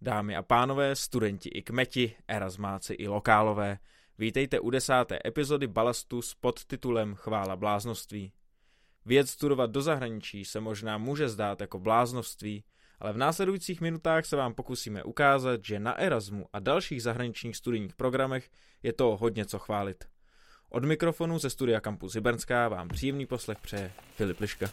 Dámy a pánové, studenti i kmeti, erasmáci i lokálové, vítejte u 10. epizody Balastu s podtitulem Chvála bláznoství. Vyjet studovat do zahraničí se možná může zdát jako bláznovství, ale v následujících minutách se vám pokusíme ukázat, že na Erasmu a dalších zahraničních studijních programech je to hodně co chválit. Od mikrofonu ze studia Campus Hybernská vám příjemný poslech přeje Filip Liška.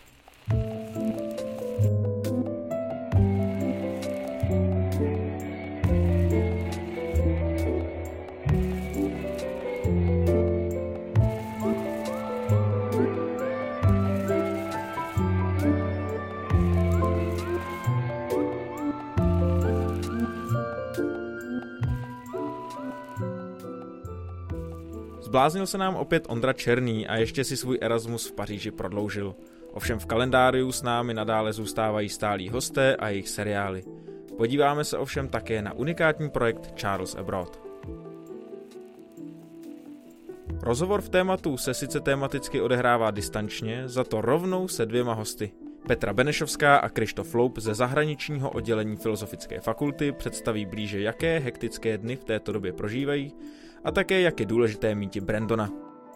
Zbláznil se nám opět Ondra Černý a ještě si svůj Erasmus v Paříži prodloužil. Ovšem v kalendáriu s námi nadále zůstávají stálí hosté a jejich seriály. Podíváme se ovšem také na unikátní projekt Charles Abroad. Rozhovor v tématu se sice tematicky odehrává distančně, za to rovnou se dvěma hosty. Petra Benešovská a Krištof Loup ze zahraničního oddělení Filozofické fakulty představí blíže, jaké hektické dny v této době prožívají a také, jak je důležité míti Brandona.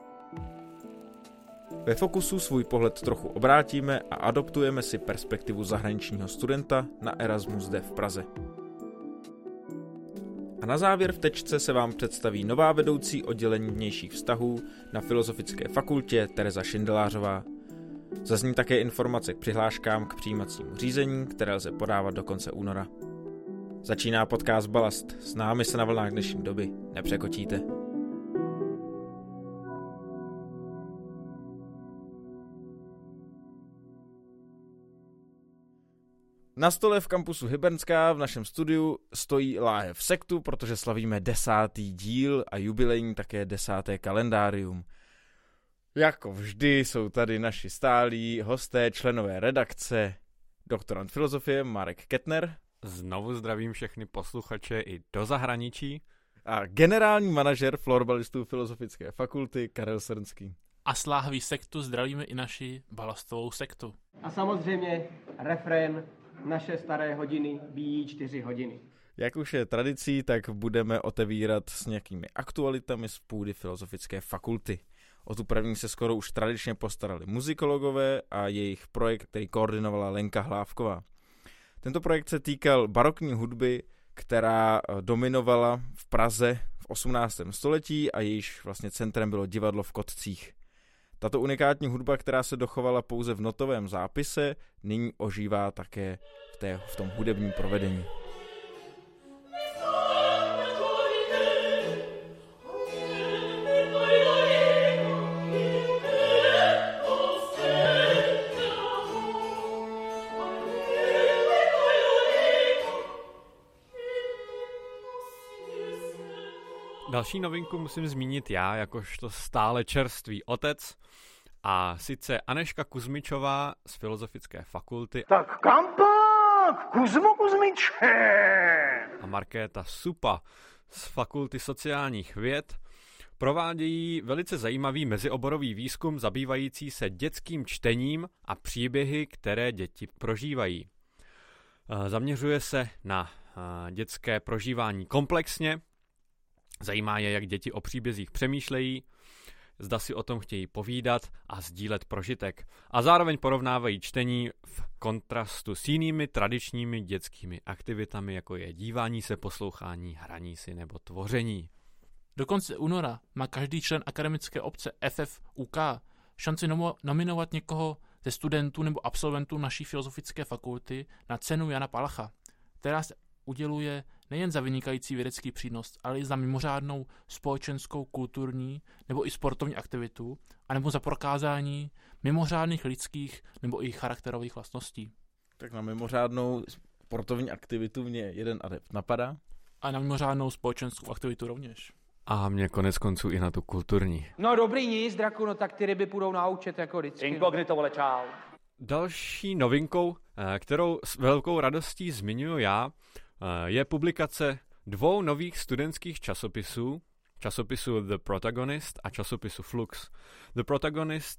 Ve Fokusu svůj pohled trochu obrátíme a adoptujeme si perspektivu zahraničního studenta na Erasmu zde v Praze. A na závěr v tečce se vám představí nová vedoucí oddělení vnějších vztahů na Filozofické fakultě Tereza Šindelářová. Zazní také informace k přihláškám k přijímacímu řízení, které lze podávat do konce února. Začíná podcast Balast. S námi se na vlnách dnešní doby nepřekotíte. Na stole v kampusu Hybernská v našem studiu stojí láhev sektu, protože slavíme 10. díl a jubilejní také 10. kalendárium. Jako vždy jsou tady naši stálí hosté, členové redakce, doktorand filozofie Marek Kettner. Znovu zdravím všechny posluchače i do zahraničí. A generální manažer florbalistů Filozofické fakulty Karel Srnský. A s láhví sektu zdravíme i naši balastovou sektu. A samozřejmě refrén naše staré hodiny bíjí 4 hodiny. Jak už je tradicí, tak budeme otevírat s nějakými aktualitami z půdy Filozofické fakulty. O tu první se skoro už tradičně postarali muzikologové a jejich projekt, který koordinovala Lenka Hlávková. Tento projekt se týkal barokní hudby, která dominovala v Praze v 18. století a jejíž vlastně centrem bylo divadlo v Kotcích. Tato unikátní hudba, která se dochovala pouze v notovém zápise, nyní ožívá také v tom hudebním provedení. Další novinku musím zmínit já, jakožto stále čerstvý otec, a sice Anežka Kuzmičová z Filozofické fakulty. Tak kam pak? Kuzmo Kuzmiče! A Markéta Supa z Fakulty sociálních věd provádějí velice zajímavý mezioborový výzkum zabývající se dětským čtením a příběhy, které děti prožívají. Zaměřuje se na dětské prožívání komplexně. Zajímá je, jak děti o příbězích přemýšlejí, zda si o tom chtějí povídat a sdílet prožitek. A zároveň porovnávají čtení v kontrastu s jinými tradičními dětskými aktivitami, jako je dívání se, poslouchání, hraní si nebo tvoření. Do konce února má každý člen akademické obce FFUK šanci nominovat někoho ze studentů nebo absolventů naší filozofické fakulty na cenu Jana Palacha, která se uděluje nejen za vynikající vědecký přínos, ale i za mimořádnou společenskou, kulturní nebo i sportovní aktivitu, anebo za prokázání mimořádných lidských nebo i charakterových vlastností. Tak na mimořádnou sportovní aktivitu mě jeden adept napadá. A na mimořádnou společenskou aktivitu rovněž. A mě konec konců i na tu kulturní. No dobrý nic, Draku, no tak ty ryby půjdou na účet jako vždycky. Inkognito, vole, čau. Další novinkou, kterou s velkou radostí zmiňuji já, je publikace 2 nových studentských časopisů, časopisu The Protagonist a časopisu Flux. The Protagonist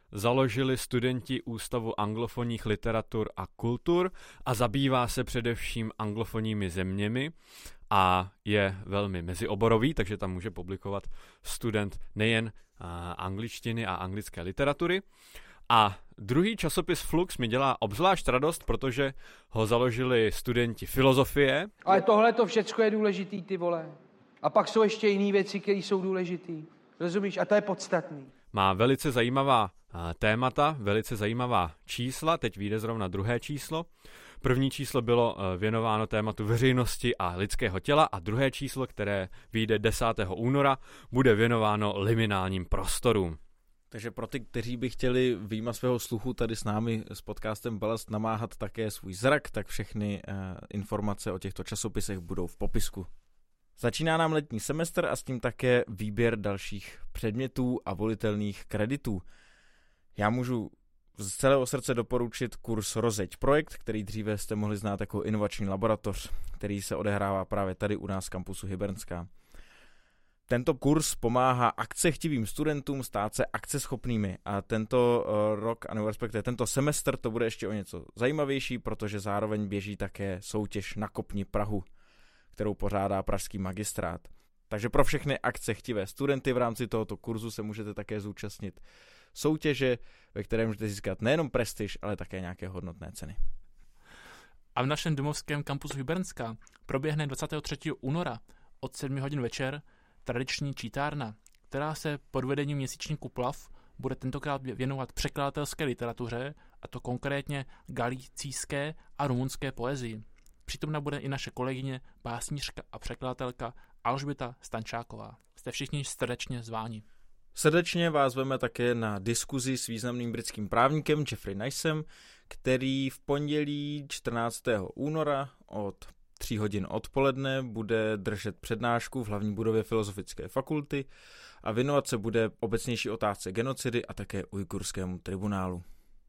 založili studenti Ústavu anglofonních literatur a kultur a zabývá se především anglofonními zeměmi a je velmi mezioborový, takže tam může publikovat student nejen angličtiny a anglické literatury. A druhý časopis Flux mi dělá obzvlášť radost, protože ho založili studenti filozofie. Ale tohle to všecko je důležitý, ty vole. A pak jsou ještě jiné věci, které jsou důležitý. Rozumíš? A to je podstatný. Má velice zajímavá témata, velice zajímavá čísla, teď vyjde zrovna druhé číslo. První číslo bylo věnováno tématu veřejnosti a lidského těla a druhé číslo, které vyjde 10. února, bude věnováno liminálním prostorům. Takže pro ty, kteří by chtěli vyjma svého sluchu tady s námi s podcastem Balast namáhat také svůj zrak, tak všechny informace o těchto časopisech budou v popisku. Začíná nám letní semestr a s tím také výběr dalších předmětů a volitelných kreditů. Já můžu z celého srdce doporučit kurz Rozeď projekt, který dříve jste mohli znát jako inovační laboratoř, který se odehrává právě tady u nás v kampusu Hybernská. Tento kurz pomáhá akcechtivým studentům stát se akceschopnými a tento rok, nebo respektive tento semestr to bude ještě o něco zajímavější, protože zároveň běží také soutěž Nakopni Prahu, kterou pořádá pražský magistrát. Takže pro všechny akcechtivé studenty v rámci tohoto kurzu se můžete také zúčastnit soutěže, ve které můžete získat nejenom prestiž, ale také nějaké hodnotné ceny. A v našem domovském kampusu Hybernská proběhne 23. února od 7 hodin večer tradiční čítárna, která se pod vedením měsíčníku PLAV bude tentokrát věnovat překladatelské literatuře, a to konkrétně galicijské a rumunské poezii. Přítomna bude i naše kolegyně, básnířka a překladatelka Alžběta Stančáková. Jste všichni srdečně zváni. Srdečně vás zveme také na diskuzi s významným britským právníkem Jeffrey Nicem, který v pondělí 14. února od 3 hodin odpoledne bude držet přednášku v hlavní budově Filozofické fakulty a věnovat se bude obecnější otázce genocidy a také ujgurskému tribunálu.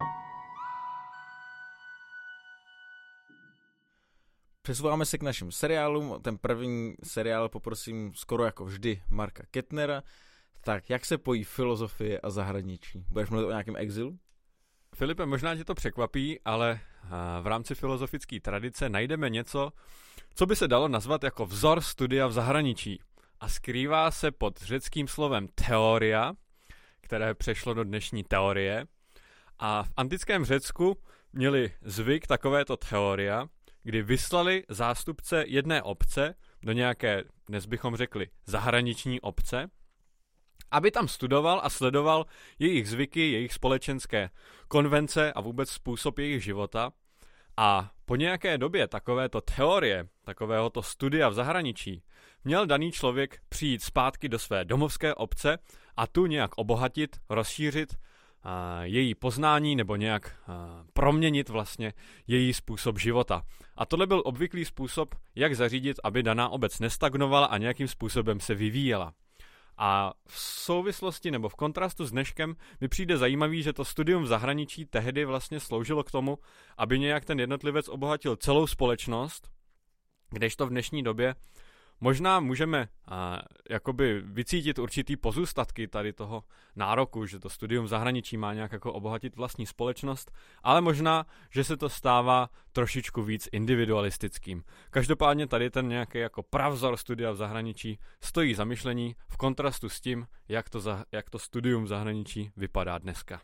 Přesouváme se k našim seriálům. Ten první seriál poprosím skoro jako vždy Marka Kettnera. Tak, jak se pojí filozofie a zahraničí? Budeš mluvit o nějakém exilu? Filipe, možná tě to překvapí, ale v rámci filozofické tradice najdeme něco, co by se dalo nazvat jako vzor studia v zahraničí. A skrývá se pod řeckým slovem teoria, které přešlo do dnešní teorie. A v antickém Řecku měli zvyk takovéto teoria, kdy vyslali zástupce jedné obce do nějaké, dnes bychom řekli, zahraniční obce, aby tam studoval a sledoval jejich zvyky, jejich společenské konvence a vůbec způsob jejich života. A po nějaké době takovéto teorie, takovéhoto studia v zahraničí, měl daný člověk přijít zpátky do své domovské obce a tu nějak obohatit, rozšířit její poznání nebo nějak proměnit vlastně její způsob života. A tohle byl obvyklý způsob, jak zařídit, aby daná obec nestagnovala a nějakým způsobem se vyvíjela. A v souvislosti nebo v kontrastu s dneškem mi přijde zajímavý, že to studium v zahraničí tehdy vlastně sloužilo k tomu, aby nějak ten jednotlivec obohatil celou společnost, kdežto v dnešní době možná můžeme jakoby vycítit určitý pozůstatky tady toho nároku, že to studium v zahraničí má nějak jako obohatit vlastní společnost, ale možná, že se to stává trošičku víc individualistickým. Každopádně tady ten nějaký jako pravzor studia v zahraničí stojí za myšlení v kontrastu s tím, jak to studium v zahraničí vypadá dneska.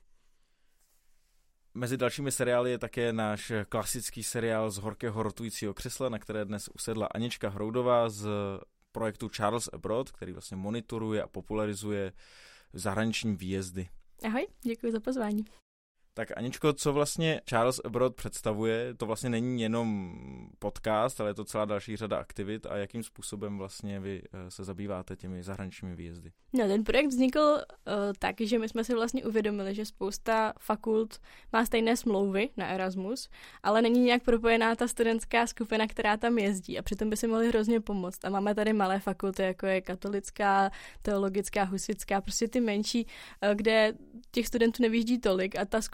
Mezi dalšími seriály je také náš klasický seriál z horkého rotujícího křesla, na které dnes usedla Anička Hroudová z projektu Charles Abroad, který vlastně monitoruje a popularizuje zahraniční výjezdy. Ahoj, děkuji za pozvání. Tak Aničko, co vlastně Charles Abroad představuje? To vlastně není jenom podcast, ale je to celá další řada aktivit a jakým způsobem vlastně vy se zabýváte těmi zahraničními výjezdy? No, ten projekt vznikl tak, že my jsme si vlastně uvědomili, že spousta fakult má stejné smlouvy na Erasmus, ale není nějak propojená ta studentská skupina, která tam jezdí a přitom by si mohli hrozně pomoct. A máme tady malé fakulty, jako je katolická, teologická, husitská, prostě ty menší, kde těch studentů nevyjíždí tolik a ta zkušenost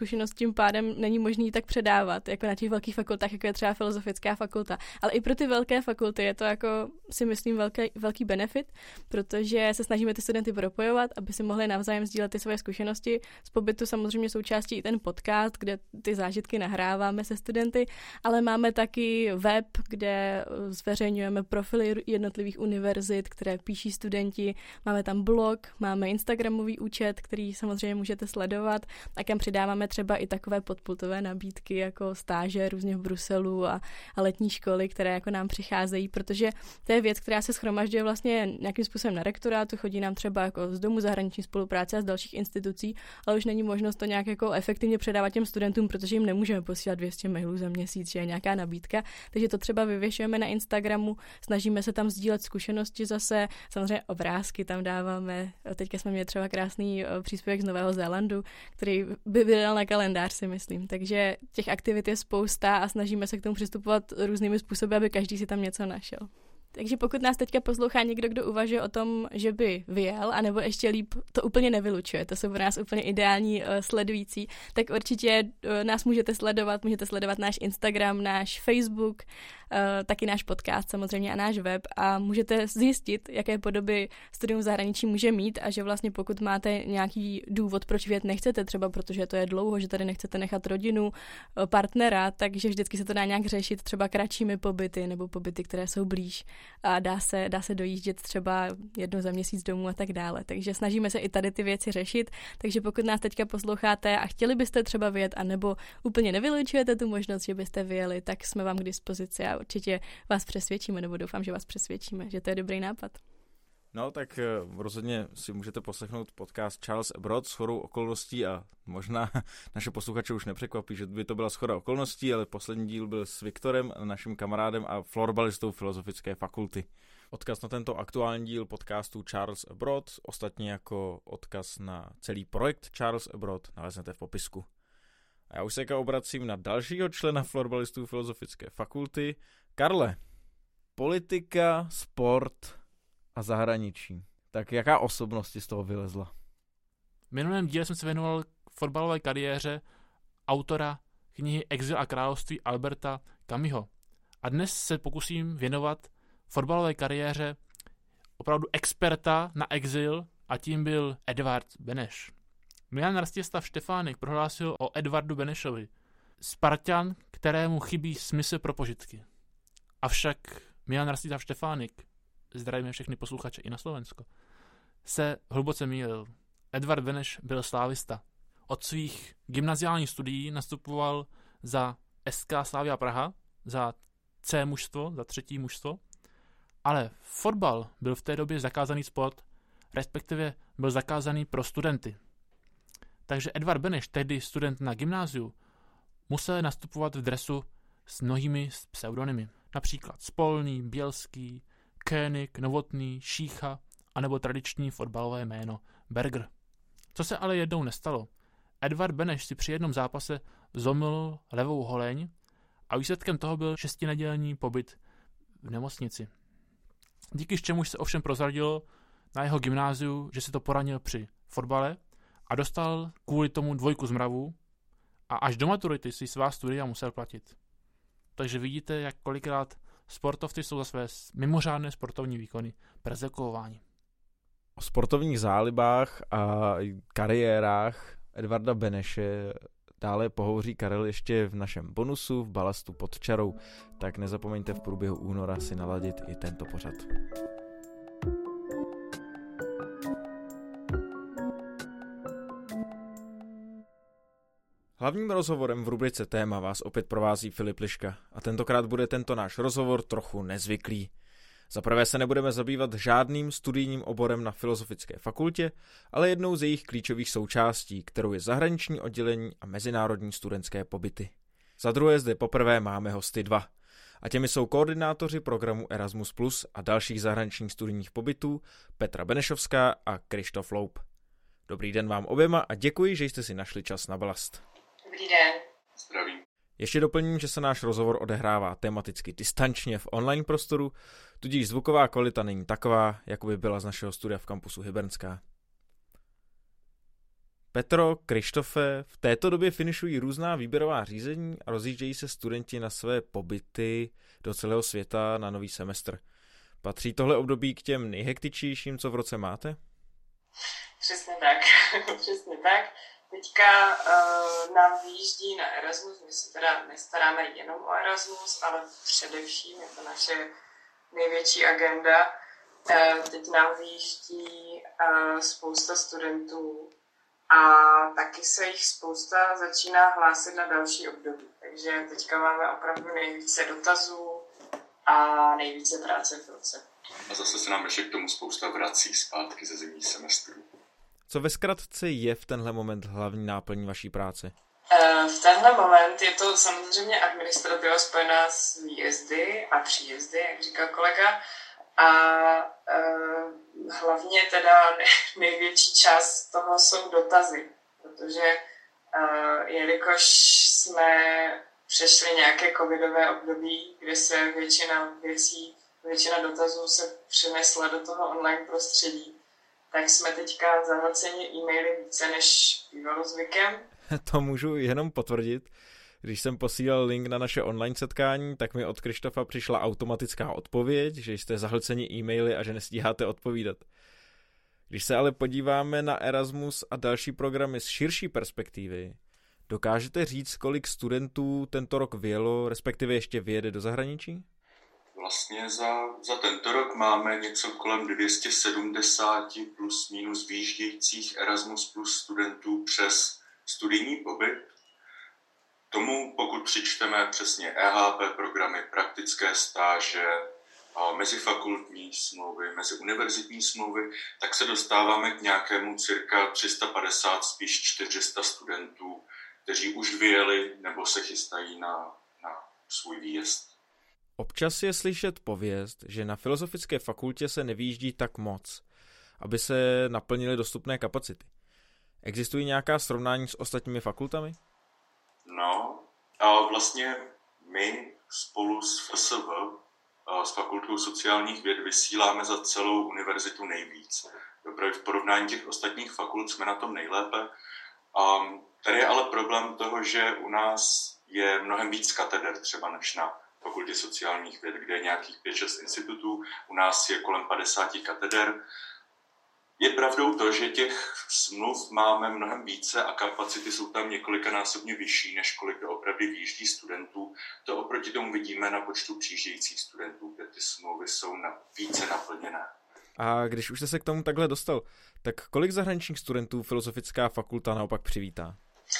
zkušenost tím pádem není možný tak předávat, jako na těch velkých fakultách, jako je třeba Filozofická fakulta. Ale i pro ty velké fakulty je to jako, si myslím, velký benefit, protože se snažíme ty studenty propojovat, aby si mohli navzájem sdílet ty svoje zkušenosti. Z pobytu samozřejmě součástí i ten podcast, kde ty zážitky nahráváme se studenty, ale máme taky web, kde zveřejňujeme profily jednotlivých univerzit, které píší studenti. Máme tam blog, máme instagramový účet, který samozřejmě můžete sledovat, a kam přidáváme třeba i takové podpultové nabídky jako stáže různě v Bruselu a letní školy, které jako nám přicházejí, protože to je věc, která se shromažďuje vlastně nějakým způsobem na rektorátu, chodí nám třeba jako z Domu zahraniční spolupráce a z dalších institucí, ale už není možnost to nějak jako efektivně předávat těm studentům, protože jim nemůžeme posílat 200 mailů za měsíc, že je nějaká nabídka, takže to třeba vyvěšujeme na Instagramu, snažíme se tam sdílet zkušenosti zase, samozřejmě obrázky tam dáváme. Teďka jsme měli třeba krásný příspěvek z Nového Zélandu, který by vydal na kalendář, si myslím. Takže těch aktivit je spousta a snažíme se k tomu přistupovat různými způsoby, aby každý si tam něco našel. Takže pokud nás teďka poslouchá někdo, kdo uvažuje o tom, že by vyjel, anebo ještě líp to úplně nevylučuje, to jsou pro nás úplně ideální sledující, tak určitě nás můžete sledovat náš Instagram, náš Facebook, taky náš podcast samozřejmě a náš web a můžete zjistit, jaké podoby studium v zahraničí může mít a že vlastně pokud máte nějaký důvod, proč vyjet nechcete, třeba protože to je dlouho, že tady nechcete nechat rodinu, partnera, takže vždycky se to dá nějak řešit třeba kratšími pobyty nebo pobyty, které jsou blíž a dá se dojíždět třeba jednou za měsíc domů a tak dále. Takže snažíme se i tady ty věci řešit, takže pokud nás teďka posloucháte a chtěli byste třeba vyjet, anebo úplně nevylučujete tu možnost, že byste vyjeli, tak jsme vám k dispozici a určitě vás přesvědčíme, nebo doufám, že vás přesvědčíme, že to je dobrý nápad. No, tak rozhodně si můžete poslechnout podcast Charles Abroad s shodou okolností a možná naše posluchače už nepřekvapí, že by to byla shoda okolností, ale poslední díl byl s Viktorem, naším kamarádem a florbalistou Filozofické fakulty. Odkaz na tento aktuální díl podcastu Charles Abroad, ostatně jako odkaz na celý projekt Charles Abroad naleznete v popisku. A já už se obracím na dalšího člena florbalistů Filozofické fakulty. Karle, politika, sport a zahraničí. Tak jaká osobnost z toho vylezla? V minulém díle jsem se věnoval fotbalové kariéře autora knihy Exil a království Alberta Camusho. A dnes se pokusím věnovat fotbalové kariéře opravdu experta na exil a tím byl Edvard Beneš. Milan Rastislav Štefánik prohlásil o Edvardu Benešovi: Spartan, kterému chybí smysl pro požitky. Avšak Milan Rastislav Štefánik, zdravíme všechny posluchače i na Slovensko, se hluboce mýlil. Edvard Beneš byl slávista. Od svých gymnaziálních studií nastupoval za SK Slavia Praha, za C mužstvo, za třetí mužstvo, ale fotbal byl v té době zakázaný sport, respektive byl zakázaný pro studenty. Takže Edvard Beneš, tehdy student na gymnáziu, musel nastupovat v dresu s mnohými pseudonymy. Například Spolný, Bělský, König, Novotný, Šícha anebo tradiční fotbalové jméno Berger. Co se ale jednou nestalo. Edvard Beneš si při jednom zápase zlomil levou holeň a výsledkem toho byl 6nedělní pobyt v nemocnici. Díky čemuž se ovšem prozradilo na jeho gymnáziu, že si to poranil při fotbale a dostal kvůli tomu 2 z mravů a až do maturity si svá studia musel platit. Takže vidíte, jak kolikrát sportovci jsou za své mimořádné sportovní výkony perzekuováni. O sportovních zálibách a kariérách Edvarda Beneše dále pohovoří Karel ještě v našem bonusu v Balastu pod čarou, tak nezapomeňte v průběhu února si naladit i tento pořad. Hlavním rozhovorem v rubrice Téma vás opět provází Filip Liška a tentokrát bude tento náš rozhovor trochu nezvyklý. Za prvé se nebudeme zabývat žádným studijním oborem na Filozofické fakultě, ale jednou z jejich klíčových součástí, kterou je zahraniční oddělení a mezinárodní studentské pobyty. Za druhé zde poprvé máme hosty 2. A těmi jsou koordinátoři programu Erasmus Plus a dalších zahraničních studijních pobytů Petra Benešovská a Krištof Loup. Dobrý den vám oběma a děkuji, že jste si našli čas na Balast. Dobrý den. Zdravím. Ještě doplním, že se náš rozhovor odehrává tematicky distančně v online prostoru, tudíž zvuková kvalita není taková, jako by byla z našeho studia v kampusu Hybernská. Petro, Krištofe, v této době finišují různá výběrová řízení a rozjíždějí se studenti na své pobyty do celého světa na nový semestr. Patří tohle období k těm nejhektičtějším, co v roce máte? Přesně tak, přesně tak. Teďka nám vyjíždí na Erasmus, my se teda nestaráme jenom o Erasmus, ale především je to naše největší agenda. Teď nám vyjíždí spousta studentů a taky se jich spousta začíná hlásit na další období. Takže teďka máme opravdu nejvíce dotazů a nejvíce práce v roce. A zase se nám ještě k tomu spousta vrací zpátky ze zimních semestrů. Co ve zkratce je v tenhle moment hlavní náplní vaší práce? V tenhle moment je to samozřejmě administrativa spojená s výjezdy a příjezdy, jak říkal kolega. A hlavně teda největší část toho jsou dotazy, protože jelikož jsme přešli nějaké covidové období, kde se většina dotazů se přenesla do toho online prostředí, tak jsme teďka zahlceni e-maily více než bývalo zvykem. To můžu jenom potvrdit. Když jsem posílal link na naše online setkání, tak mi od Krištofa přišla automatická odpověď, že jste zahlceni e-maily a že nestíháte odpovídat. Když se ale podíváme na Erasmus a další programy z širší perspektivy, dokážete říct, kolik studentů tento rok vyjelo, respektive ještě vyjede do zahraničí? Vlastně za tento rok máme něco kolem 270 plus minus výjíždějících Erasmus plus studentů přes studijní pobyt. Tomu, pokud přičteme přesně EHP programy, praktické stáže, mezifakultní smlouvy, meziuniverzitní smlouvy, tak se dostáváme k nějakému cirka 350, spíš 400 studentů, kteří už vyjeli nebo se chystají na svůj výjezd. Občas je slyšet pověst, že na Filozofické fakultě se nevyjíždí tak moc, aby se naplnily dostupné kapacity. Existují nějaká srovnání s ostatními fakultami? No, a vlastně my spolu s FSV, s Fakultou sociálních věd, vysíláme za celou univerzitu nejvíc. Právě v porovnání těch ostatních fakult jsme na tom nejlépe. Tady je ale problém toho, že u nás je mnohem víc kateder třeba než na Fakultě sociálních věd, kde je nějakých 5-6 institutů, u nás je kolem 50 kateder. Je pravdou to, že těch smluv máme mnohem více a kapacity jsou tam několikanásobně vyšší, než kolik doopravdy vyjíždí studentů. To oproti tomu vidíme na počtu přijíždějících studentů, kde ty smlouvy jsou více naplněné. A když už jste se k tomu takhle dostal, tak kolik zahraničních studentů Filozofická fakulta naopak přivítá?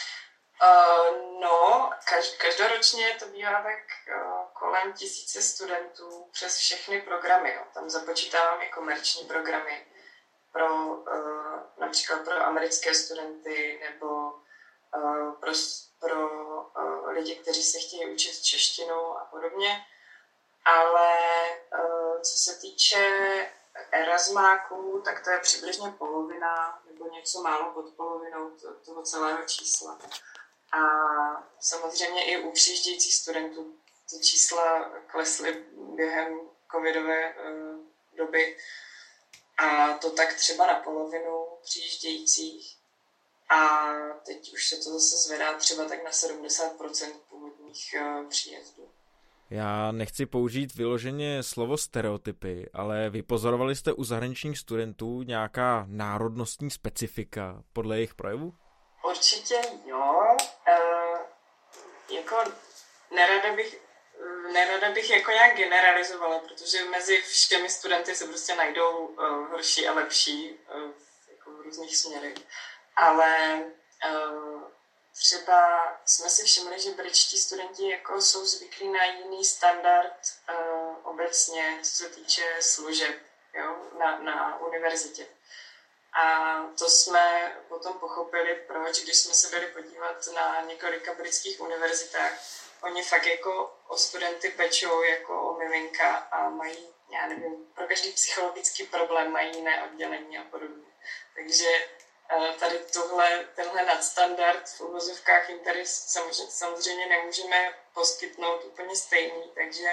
Každoročně to bývá tak kolem 1000 studentů přes všechny programy. Jo. Tam započítáváme komerční programy, například pro americké studenty nebo pro lidi, kteří se chtějí učit češtinu a podobně. Ale co se týče Erasmáků, tak to je přibližně polovina nebo něco málo pod polovinou toho celého čísla. A samozřejmě i u přijíždějících studentů ty čísla klesly během covidové doby. A to tak třeba na polovinu přijíždějících. A teď už se to zase zvedá třeba tak na 70% původních příjezdů. Já nechci použít vyloženě slovo stereotypy, ale vypozorovali jste u zahraničních studentů nějaká národnostní specifika podle jejich projevu? Určitě jo. Jako nerada bych jako nějak generalizovala, protože mezi všemi studenty se prostě najdou horší a lepší jako v různých směrech. Ale třeba jsme si všimli, že britští studenti jako jsou zvyklí na jiný standard obecně, co se týče služeb, jo, na univerzitě. A to jsme potom pochopili, proč, když jsme se byli podívat na několika britských univerzitách. Oni fakt jako o studenty pečou jako o miminka a mají, já nevím, pro každý psychologický problém mají jiné oddělení a podobně. Takže tady tenhle nadstandard v uvozovkách jim tady samozřejmě nemůžeme poskytnout úplně stejný, takže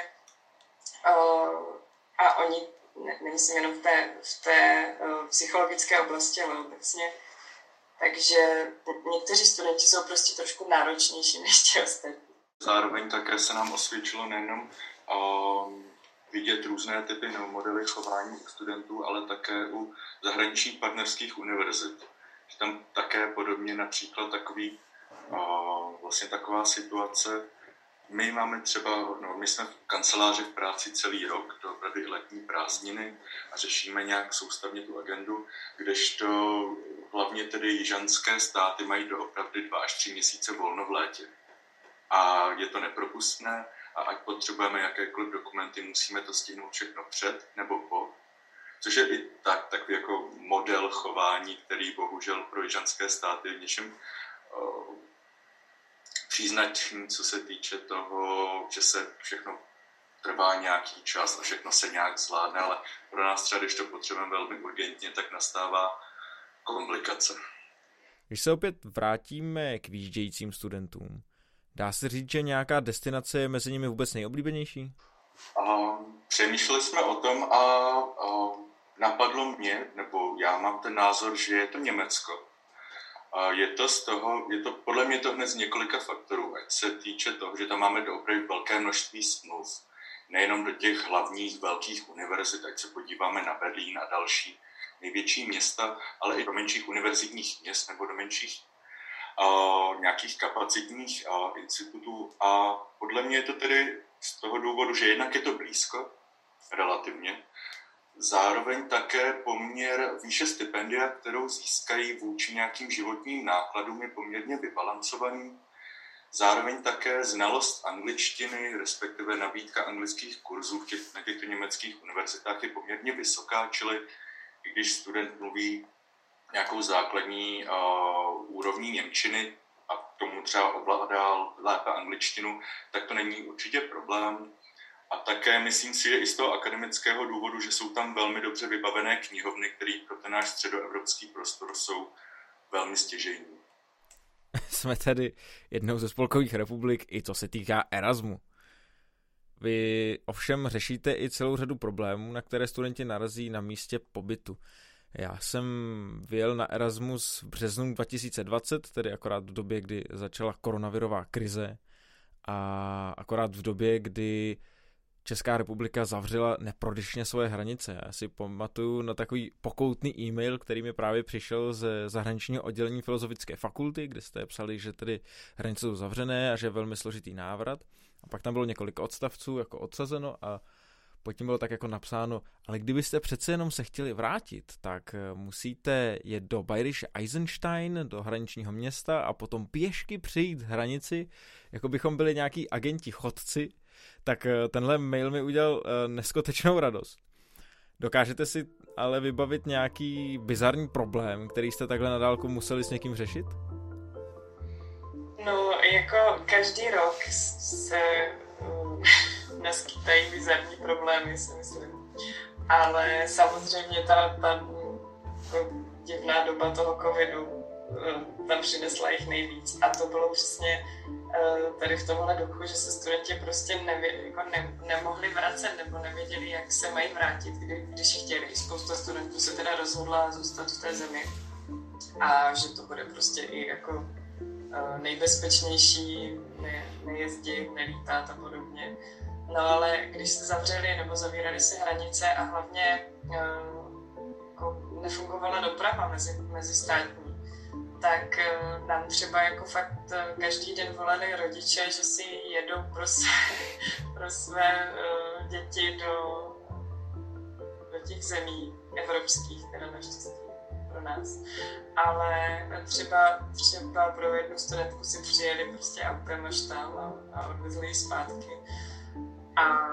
a oni, nemyslím jenom v té psychologické oblasti, ale obecně Takže někteří studenti jsou prostě trošku náročnější než ti ostatní. Zároveň také se nám osvědčilo nejenom vidět různé typy nebo modely chování u studentů, ale také u zahraničních partnerských univerzit. Tam také podobně například vlastně taková situace. My máme my jsme v kanceláři v práci celý rok, to opravdu i letní prázdniny a řešíme nějak soustavně tu agendu, kdežto hlavně tedy jižanské státy mají doopravdy 2 až 3 měsíce volno v létě. A je to nepropustné a ať potřebujeme jakékoliv dokumenty, musíme to stihnout všechno před nebo po. Což je i takový jako model chování, který bohužel pro jižanské státy je v něčem příznačný, co se týče toho, že se všechno trvá nějaký čas a všechno se nějak zvládne, ale pro nás třeba, když to potřebujeme velmi urgentně, tak nastává komplikace. Když se opět vrátíme k výjíždějícím studentům, dá se říct, že nějaká destinace je mezi nimi vůbec nejoblíbenější? Přemýšleli jsme o tom a napadlo mě, nebo já mám ten názor, že je to Německo. Podle mě to hned z několika faktorů, ať se týče toho, že tam máme doopravdy velké množství smluv, nejenom do těch hlavních velkých univerzit, ať se podíváme na Berlín a další největší města, ale i do menších univerzitních měst nebo do menších nějakých kapacitních institutů. A podle mě je to tedy z toho důvodu, že jednak je to blízko, relativně, zároveň také poměr výše stipendia, kterou získají vůči nějakým životním nákladům, je poměrně vybalancovaný. Zároveň také znalost angličtiny, respektive nabídka anglických kurzů na těchto německých univerzitách je poměrně vysoká, čili i když student mluví nějakou základní úrovní němčiny a k tomu třeba ovládá lépe angličtinu, tak to není určitě problém. A také myslím si, že i z toho akademického důvodu, že jsou tam velmi dobře vybavené knihovny, které pro ten náš středoevropský prostor jsou velmi stěžejní. Jsme tedy jednou ze spolkových republik, i co se týká Erasmu. Vy ovšem řešíte i celou řadu problémů, na které studenti narazí na místě pobytu. Já jsem vyjel na Erasmus v březnu 2020, tedy akorát v době, kdy začala koronavirová krize a akorát v době, kdy Česká republika zavřela neprodyšně svoje hranice. Já si pamatuju na takový pokoutný e-mail, který mi právě přišel ze zahraničního oddělení Filozofické fakulty, kde jste psali, že tedy hranice jsou zavřené a že je velmi složitý návrat. A pak tam bylo několik odstavců jako odsazeno a pod tím bylo tak jako napsáno, ale kdybyste přece jenom se chtěli vrátit, tak musíte jet do Bayerische Eisenstein, do hraničního města a potom pěšky přejít hranici, jako bychom byli nějaký agenti chodci. Tak tenhle mail mi udělal neskutečnou radost. Dokážete si ale vybavit nějaký bizarní problém, který jste takhle na dálku museli s někým řešit? No, jako každý rok se naskýtají bizarní problémy, si myslím. Ale samozřejmě ta divná doba toho covidu tam přinesla jich nejvíc. A to bylo přesně tady v tomhle duchu, že se studenti prostě nemohli vracet nebo nevěděli, jak se mají vrátit, když chtěli. Spousta studentů se teda rozhodla zůstat v té zemi a že to bude prostě i jako nejbezpečnější nejezdit, nelítat a podobně. No ale když se zavřeli nebo zavíraly se hranice a hlavně jako nefungovala doprava mezi státní, tak nám třeba jako fakt každý den volali rodiče, že si jedou pro své děti do těch zemí evropských, teda naštěstí pro nás. Ale třeba pro jednu studentku si přijeli prostě autem až tam a odvezli ji zpátky. A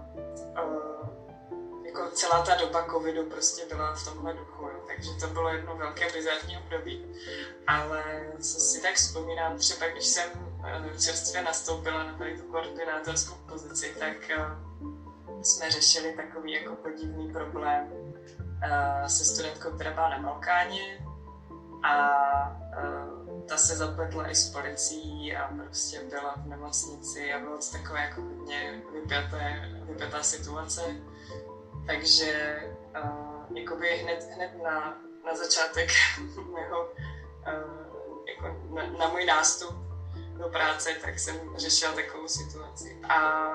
jako celá ta doba covidu prostě byla v tomhle duchu, takže to bylo jedno velké bizarní období. Ale co si tak vzpomínám, třeba když jsem čerstvě nastoupila na tady tu koordinátorskou pozici, tak jsme řešili takový jako podivný problém se studentkou, která byla na Balkáně a ta se zapletla i s policií a prostě byla v nemocnici a bylo to takové jako hodně vypjatá situace. Takže jakoby hned na začátek mého jako na můj nástup do práce, tak jsem řešila takovou situaci. A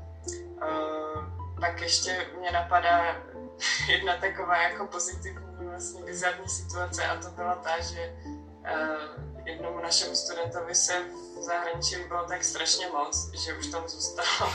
pak ještě mě napadá jedna taková jako pozitivní, vlastně bizarní situace, a to byla ta, že jednomu našemu studentovi se v zahraničí bylo tak strašně moc, že už tam zůstal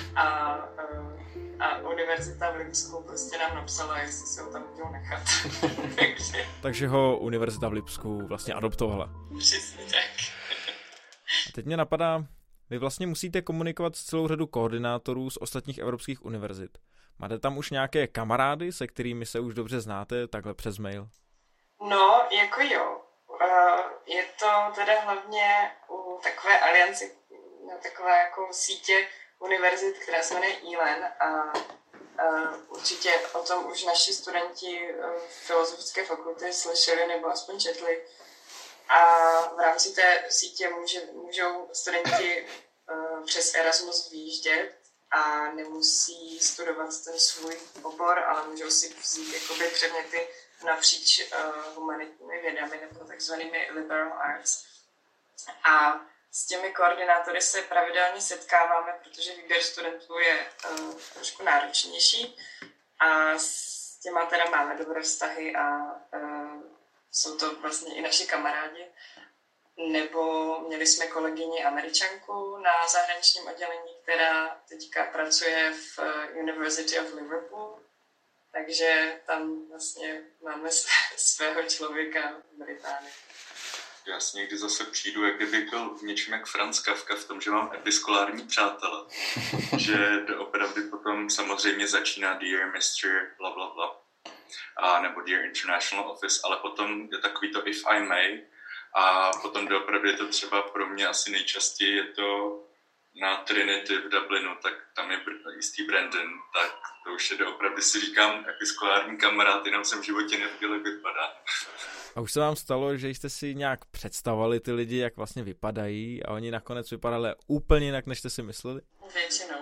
a univerzita v Lipsku prostě nám napsala, jestli se ho tam chtěl nechat. Takže ho univerzita v Lipsku vlastně adoptovala. Přesně tak. A teď mě napadá, vy vlastně musíte komunikovat s celou řadu koordinátorů z ostatních evropských univerzit. Máte tam už nějaké kamarády, se kterými se už dobře znáte, takhle přes mail? No, jako jo. Je to teda hlavně u takové alianci, takové jako sítě univerzit, která se jmenuje ELAN, a určitě o tom už naši studenti filozofické fakulty slyšeli nebo aspoň četli. A v rámci té sítě můžou studenti přes Erasmus vyjíždět a nemusí studovat ten svůj obor, ale můžou si vzít jakoby předměty napříč humanitními vědami nebo takzvanými liberal arts. A s těmi koordinátory se pravidelně setkáváme, protože výběr studentů je trošku náročnější a s těma teda máme dobré vztahy a jsou to vlastně i naši kamarádi. Nebo měli jsme kolegyni Američanku na zahraničním oddělení, která teďka pracuje v University of Liverpool. Takže tam vlastně máme svého člověka v Británii. Já si někdy zase přijdu, jak kdybych byl v něčem jak Franz Kafka v tom, že mám episkolární přátele. Že opravdu potom samozřejmě začíná Dear Mr. blablabla, nebo Dear International Office, ale potom je takový to If I May, a potom opravdu je to třeba pro mě asi nejčastěji je to na Trinity v Dublinu, tak tam je jistý Brandon, tak to už je opravdu si říkám episkolární kamarád, jenom jsem v životě neviděl, jak vypadá. A už se vám stalo, že jste si nějak představovali ty lidi, jak vlastně vypadají, a oni nakonec vypadali úplně jinak, než jste si mysleli? Většinou.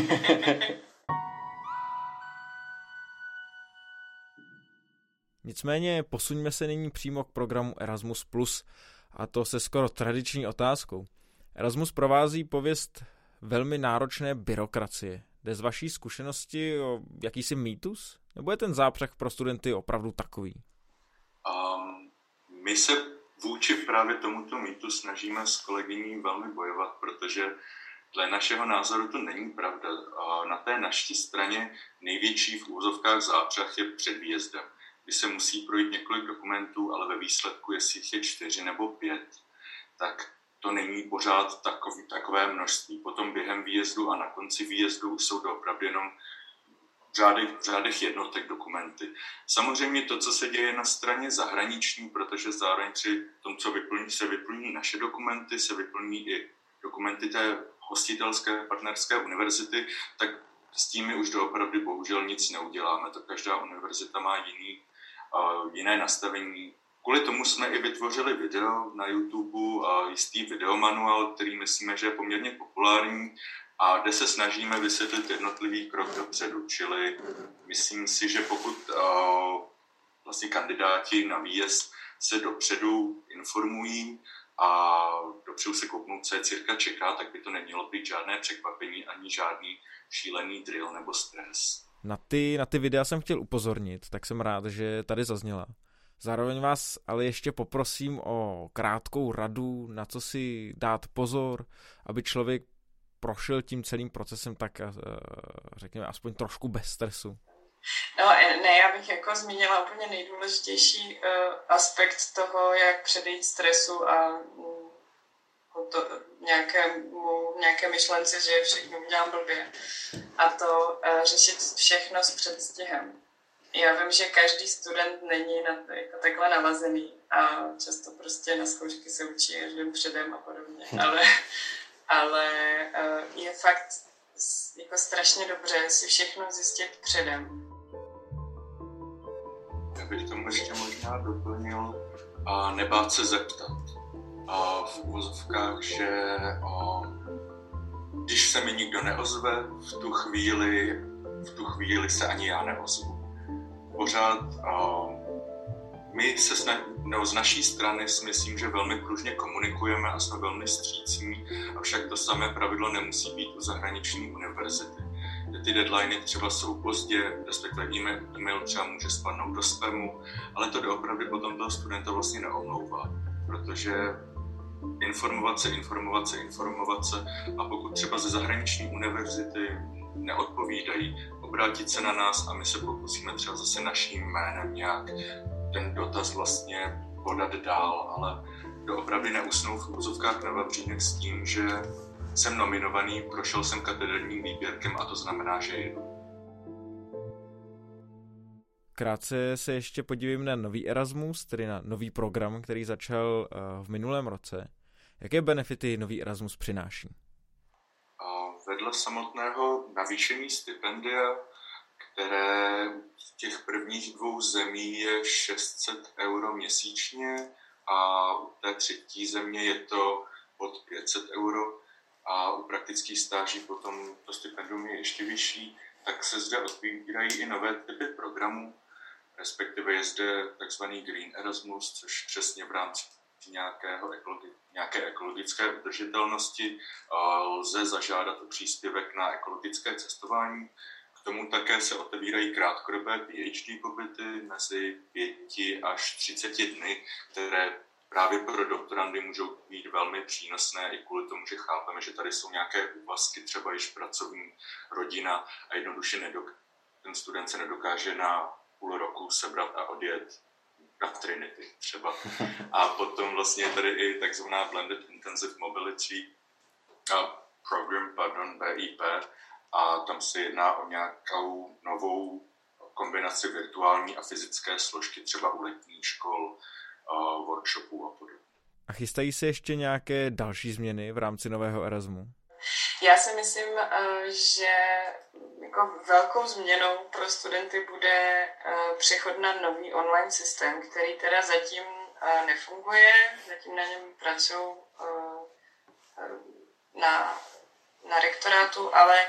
Nicméně posuňme se nyní přímo k programu Erasmus+, a to se skoro tradiční otázkou. Erasmus provází pověst velmi náročné byrokracie. Jde z vaší zkušenosti o jakýsi mýtus? Nebo je ten zápřah pro studenty opravdu takový? My se vůči právě tomuto mýtu snažíme s kolegyní velmi bojovat, protože dle našeho názoru to není pravda. Na té naší straně největší v úvozovkách zápřah je před výjezdem, kdy se musí projít několik dokumentů, ale ve výsledku, jestli jich je 4 nebo 5, tak to není pořád takové množství. Potom během výjezdu a na konci výjezdu jsou to opravdu jenom v řádech jednotek dokumenty. Samozřejmě to, co se děje na straně zahraniční, protože zároveň při tom, co se vyplní naše dokumenty, se vyplní i dokumenty té hostitelské partnerské univerzity, tak s tím už doopravdy bohužel nic neuděláme. To každá univerzita má jiné nastavení. Kvůli tomu jsme i vytvořili video na YouTube, jistý videomanuál, který myslíme, že je poměrně populární a kde se snažíme vysvětlit jednotlivý krok dopředu. Čili myslím si, že pokud vlastně kandidáti na výjezd se dopředu informují a dopředu se kouknou, co je cirka čeká, tak by to nemělo být žádné překvapení ani žádný šílený drill nebo stres. Na ty videa jsem chtěl upozornit, tak jsem rád, že tady zazněla. Zároveň vás ale ještě poprosím o krátkou radu, na co si dát pozor, aby člověk prošel tím celým procesem tak, řekněme, aspoň trošku bez stresu. No ne, já bych jako zmínila úplně nejdůležitější aspekt toho, jak předejít stresu a nějaké myšlence, že všechno udělám blbě. A to řešit všechno s předstihem. Já vím, že každý student není jako takhle nalazený a často prostě na zkoušky se učí až den předem a podobně. Ale je fakt jako strašně dobře si všechno zjistit předem. Já bych tomu ještě možná doplnil a nebát se zeptat. V uvozovkách, že když se mi nikdo neozve, v tu chvíli se ani já neozvu. Pořád My z naší strany si myslím, že velmi pružně komunikujeme a jsme velmi vstřícní, avšak to samé pravidlo nemusí být u zahraniční univerzity. Ty deadliny třeba jsou pozdě, respektive e-mail třeba může spadnout do spamu, ale to doopravdy potom toho studenta vlastně neomlouvá, protože informovat se a pokud třeba ze zahraniční univerzity neodpovídají, obrátit se na nás a my se pokusíme třeba zase naším jménem nějak ten dotaz vlastně podat dál, ale doopravdy neusnou v úzovkách na vavřínech s tím, že jsem nominovaný, prošel jsem katederním výběrkem a to znamená, že jedu. Krátce se ještě podívejme na nový Erasmus, tedy na nový program, který začal v minulém roce. Jaké benefity nový Erasmus přináší? Vedle samotného navýšení stipendia, které v těch prvních 2 zemí je 600 € měsíčně a u té třetí země je to pod 500 € a u praktických stáží potom to stipendium je ještě vyšší, tak se zde otvírají i nové typy programů, respektive je zde takzvaný Green Erasmus, což přesně v rámci nějaké ekologické udržitelnosti lze zažádat o příspěvek na ekologické cestování. K tomu také se otevírají krátkodobé PhD pobyty mezi 5 až 30 dny, které právě pro doktorandy můžou být velmi přínosné i kvůli tomu, že chápeme, že tady jsou nějaké úvazky, třeba již pracovní rodina a jednoduše ten student se nedokáže na půl roku sebrat a odjet na Trinity třeba. A potom vlastně tady i takzvaná Blended Intensive Mobility Program, BIP, a tam se jedná o nějakou novou kombinaci virtuální a fyzické složky, třeba u letních škol, workshopů a podobně. A chystají se ještě nějaké další změny v rámci nového Erasmu? Já si myslím, že jako velkou změnou pro studenty bude přechod na nový online systém, který teda zatím nefunguje, zatím na něm pracují na rektorátu, ale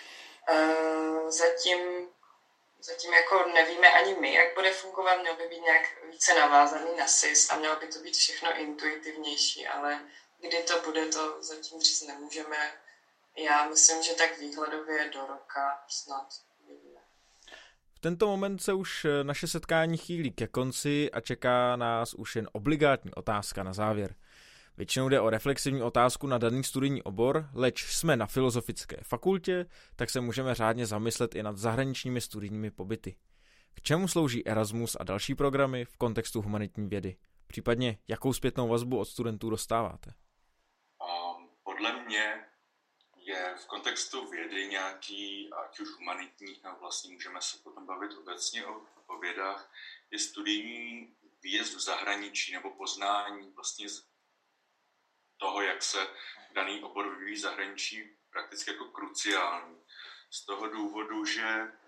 zatím jako nevíme ani my, jak bude fungovat, měl by být nějak více navázaný na SIS a mělo by to být všechno intuitivnější, ale kdy to bude, to zatím říct nemůžeme. Já myslím, že tak výhledově do roka snad vidíme. V tento moment se už naše setkání chýlí ke konci a čeká nás už jen obligátní otázka na závěr. Většinou jde o reflexivní otázku na daný studijní obor, leč jsme na Filozofické fakultě, tak se můžeme řádně zamyslet i nad zahraničními studijními pobyty. K čemu slouží Erasmus a další programy v kontextu humanitní vědy? Případně jakou zpětnou vazbu od studentů dostáváte? Podle mě je v kontextu vědy nějaký, ať už humanitních, nebo vlastně můžeme se potom bavit obecně o vědách, je studijní výjezd v zahraničí nebo poznání vlastně toho, jak se daný obor vyvíjí v zahraničí, prakticky jako kruciální. Z toho důvodu, že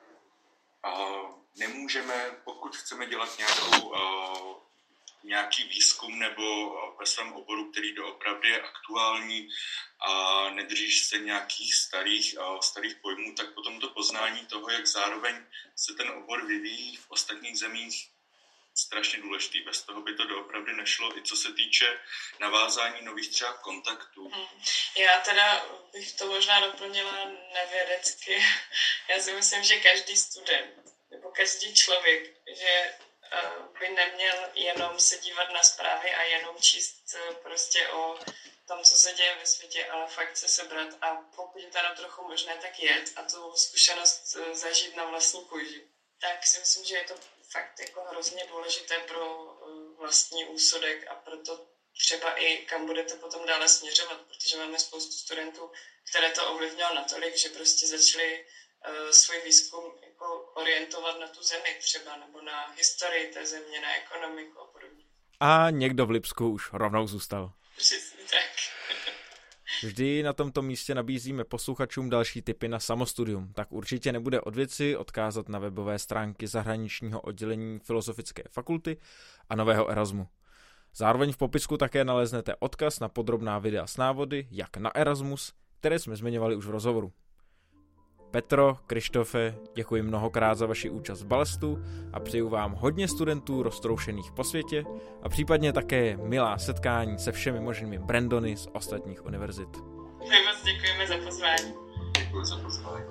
nemůžeme, pokud chceme dělat nějaký výzkum nebo ve svém oboru, který doopravdy je aktuální a nedržíš se nějakých starých pojmů, tak potom to poznání toho, jak zároveň se ten obor vyvíjí v ostatních zemích, strašně důležitý. Bez toho by to doopravdy nešlo, i co se týče navázání nových třeba kontaktů. Já teda bych to možná doplnila nevědecky. Já si myslím, že každý student nebo každý člověk, že by neměl jenom se dívat na zprávy a jenom číst prostě o tom, co se děje ve světě, ale fakt se sebrat a pokud je to jenom trochu možné, tak jet a tu zkušenost zažít na vlastní kůži. Tak si myslím, že je to fakt jako hrozně důležité pro vlastní úsudek a proto třeba i kam budete potom dále směřovat, protože máme spoustu studentů, které to ovlivnilo natolik, že prostě začali svůj výzkum jako orientovat na tu zemi třeba, nebo na historii té země, na ekonomiku a podobně. A někdo v Lipsku už rovnou zůstal. Přesně tak. Vždy na tomto místě nabízíme posluchačům další tipy na samostudium, tak určitě nebude od věci odkázat na webové stránky zahraničního oddělení Filozofické fakulty a nového Erasmu. Zároveň v popisku také naleznete odkaz na podrobná videa s návody, jak na Erasmus, které jsme zmiňovali už v rozhovoru. Petro, Krištofe, děkuji mnohokrát za vaši účast v Balastu a přeju vám hodně studentů roztroušených po světě a případně také milá setkání se všemi možnými Brandony z ostatních univerzit. My moc děkujeme za pozvání. Děkuji za pozvání.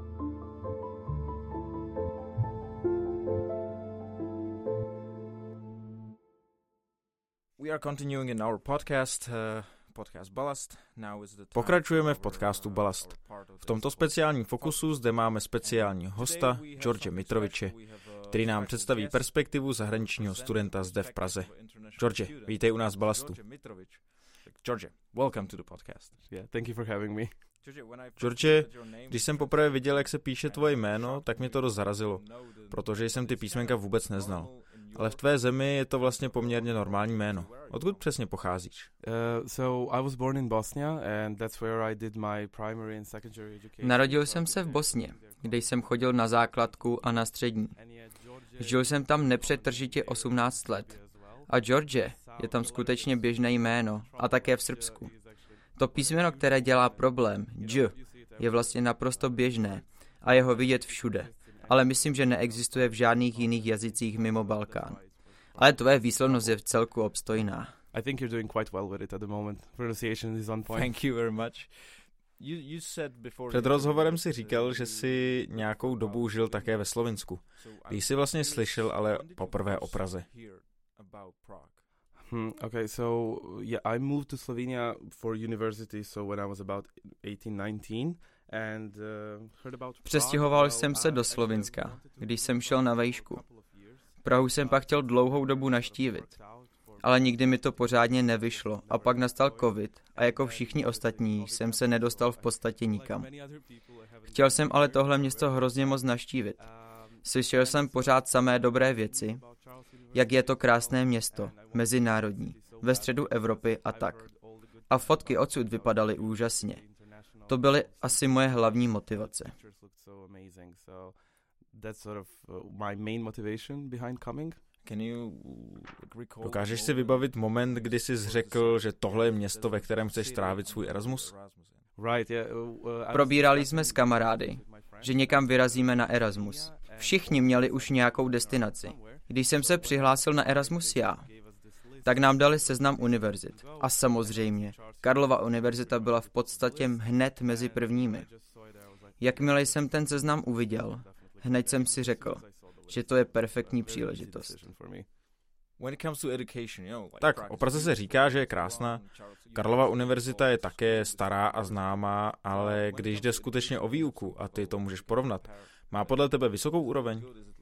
We are continuing in our podcast Ballast. Pokračujeme v podcastu Ballast. V tomto speciálním fokusu zde máme speciálního hosta, George Mitroviče, který nám představí perspektivu zahraničního studenta zde v Praze. George, vítej u nás v Ballastu. George, welcome to the podcast. Yeah, thank you for having me. George, když jsem poprvé viděl, jak se píše tvoje jméno, tak mě to dost zarazilo, protože jsem ty písmenka vůbec neznal. Ale v tvé zemi je to vlastně poměrně normální jméno. Odkud přesně pocházíš? So I was born in Bosnia and that's where I did my primary and secondary education. Narodil jsem se v Bosně, kde jsem chodil na základku a na střední. Žil jsem tam nepřetržitě 18 let. A George je tam skutečně běžné jméno a také v Srbsku. To písmeno, které dělá problém, Dž, je vlastně naprosto běžné a je ho vidět všude. Ale myslím, že neexistuje v žádných jiných jazycích mimo Balkán. Ale tvoje výslovnost je v celku obstojná. I think you're doing quite well with it at the moment. Pronunciation is on point. Thank you very much. Před rozhovorem si říkal, že jsi nějakou dobu žil také ve Slovinsku. Když jsi vlastně slyšel ale poprvé o Praze. Okay, so yeah, I moved to Slovenia for university, so when I was about 18-19. Přestěhoval jsem se do Slovinska, když jsem šel na vejšku. Prahu jsem pak chtěl dlouhou dobu navštívit, ale nikdy mi to pořádně nevyšlo a pak nastal covid a jako všichni ostatní jsem se nedostal v podstatě nikam. Chtěl jsem ale tohle město hrozně moc navštívit. Slyšel jsem pořád samé dobré věci, jak je to krásné město, mezinárodní, ve středu Evropy a tak. A fotky odsud vypadaly úžasně. To byly asi moje hlavní motivace. Dokážeš si vybavit moment, kdy jsi řekl, že tohle je město, ve kterém chceš strávit svůj Erasmus? Probírali jsme s kamarády, že někam vyrazíme na Erasmus. Všichni měli už nějakou destinaci. Když jsem se přihlásil na Erasmus já, tak nám dali seznam univerzit. A samozřejmě, Karlova univerzita byla v podstatě hned mezi prvními. Jakmile jsem ten seznam uviděl, hned jsem si řekl, že to je perfektní příležitost. Tak, o Praze se říká, že je krásná. Karlova univerzita je také stará a známá, ale když jde skutečně o výuku, a ty to můžeš porovnat, má podle tebe vysokou úroveň?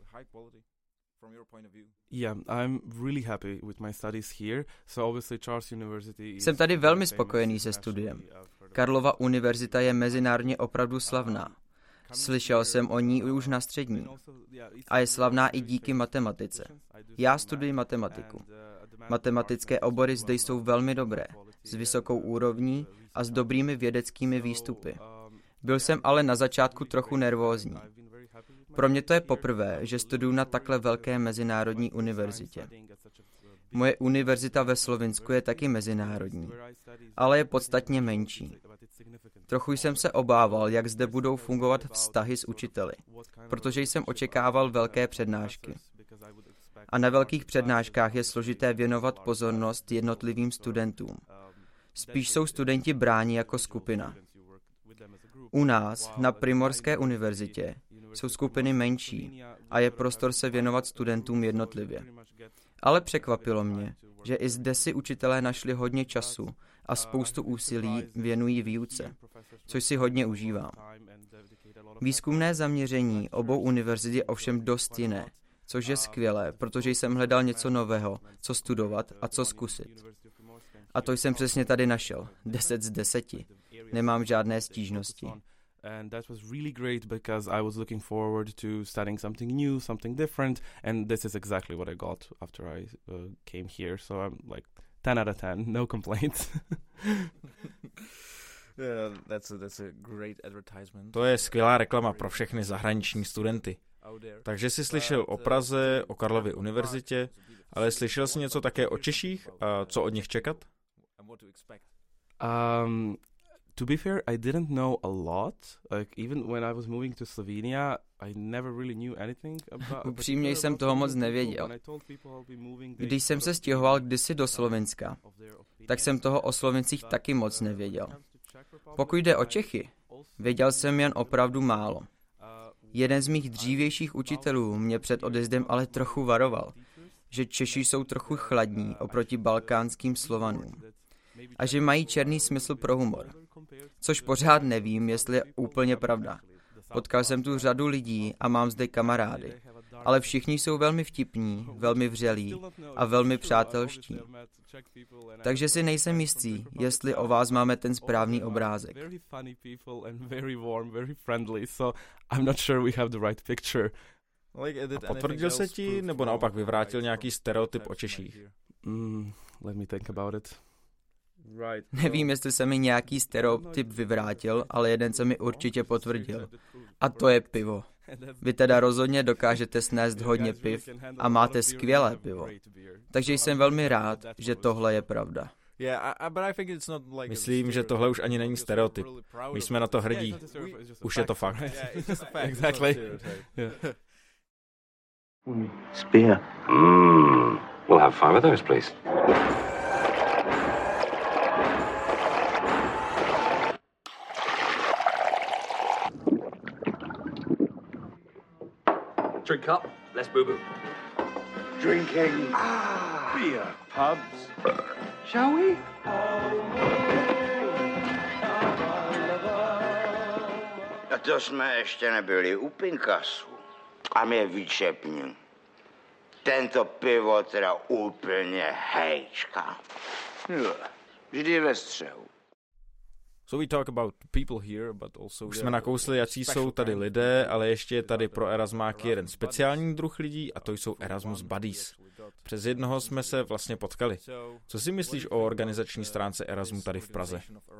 Jsem tady velmi spokojený se studiem. Karlova univerzita je mezinárodně opravdu slavná. Slyšel jsem o ní už na střední. A je slavná i díky matematice. Já studuji matematiku. Matematické obory zde jsou velmi dobré, s vysokou úrovní a s dobrými vědeckými výstupy. Byl jsem ale na začátku trochu nervózní. Pro mě to je poprvé, že studuju na takhle velké mezinárodní univerzitě. Moje univerzita ve Slovinsku je taky mezinárodní, ale je podstatně menší. Trochu jsem se obával, jak zde budou fungovat vztahy s učiteli, protože jsem očekával velké přednášky. A na velkých přednáškách je složité věnovat pozornost jednotlivým studentům. Spíš jsou studenti bráni jako skupina. U nás, na Primorské univerzitě, jsou skupiny menší a je prostor se věnovat studentům jednotlivě. Ale překvapilo mě, že i zde si učitelé našli hodně času a spoustu úsilí věnují výuce, což si hodně užívám. Výzkumné zaměření obou univerzit je ovšem dost jiné, což je skvělé, protože jsem hledal něco nového, co studovat a co zkusit. A to jsem přesně tady našel, 10 z 10. Nemám žádné stížnosti. And that was really great because I was looking forward to studying something new, something different, and this is exactly what I got after I came here. So I'm like 10 out of 10, no complaints. Yeah, that's a great advertisement. To je skvělá reklama pro všechny zahraniční studenty. Takže jsi slyšel o Praze, o Karlově univerzitě, ale slyšel jsi něco také o Češích a co od nich čekat? To be fair, I didn't know a lot. Like even when I was moving to Slovenia, I never really knew anything about. Upřímně jsem toho moc nevěděl. Když jsem se stěhoval kdysi do Slovenska, tak jsem toho o Slovencích taky moc nevěděl. Pokud jde o Čechy, věděl jsem jen opravdu málo. Jeden z mých dřívějších učitelů mě před odjezdem ale trochu varoval, že Češi jsou trochu chladní oproti balkánským Slovanům a že mají černý smysl pro humor. Což pořád nevím, jestli je úplně pravda. Potkal jsem tu řadu lidí a mám zde kamarády, ale všichni jsou velmi vtipní, velmi vřelí a velmi přátelští. Takže si nejsem jistý, jestli o vás máme ten správný obrázek. A potvrdil se ti, nebo naopak vyvrátil nějaký stereotyp o Češích? Let me think about it. Nevím, jestli se mi nějaký stereotyp vyvrátil, ale jeden se mi určitě potvrdil. A to je pivo. Vy teda rozhodně dokážete snést hodně piv a máte skvělé pivo. Takže jsem velmi rád, že tohle je pravda. Myslím, že tohle už ani není stereotyp. My jsme na to hrdí. Už je to fakt. Exactly. Spear. We'll have 5 of those, please. Drink up. Let's boo-boo. Drinking. Beer. Pubs. Shall we? A to jsme ještě nebyli u Pinkasu. A mě vyčepni. Tento pivo teda úplně hejčka. Jo, vždy ve střehu. Už jsme nakousli, jaký jsou tady lidé, ale ještě je tady pro Erasmáky jeden speciální druh lidí a to jsou Erasmus Buddies. Přes jednoho jsme se vlastně potkali. Co si myslíš o organizační stránce Erasmu tady v Praze?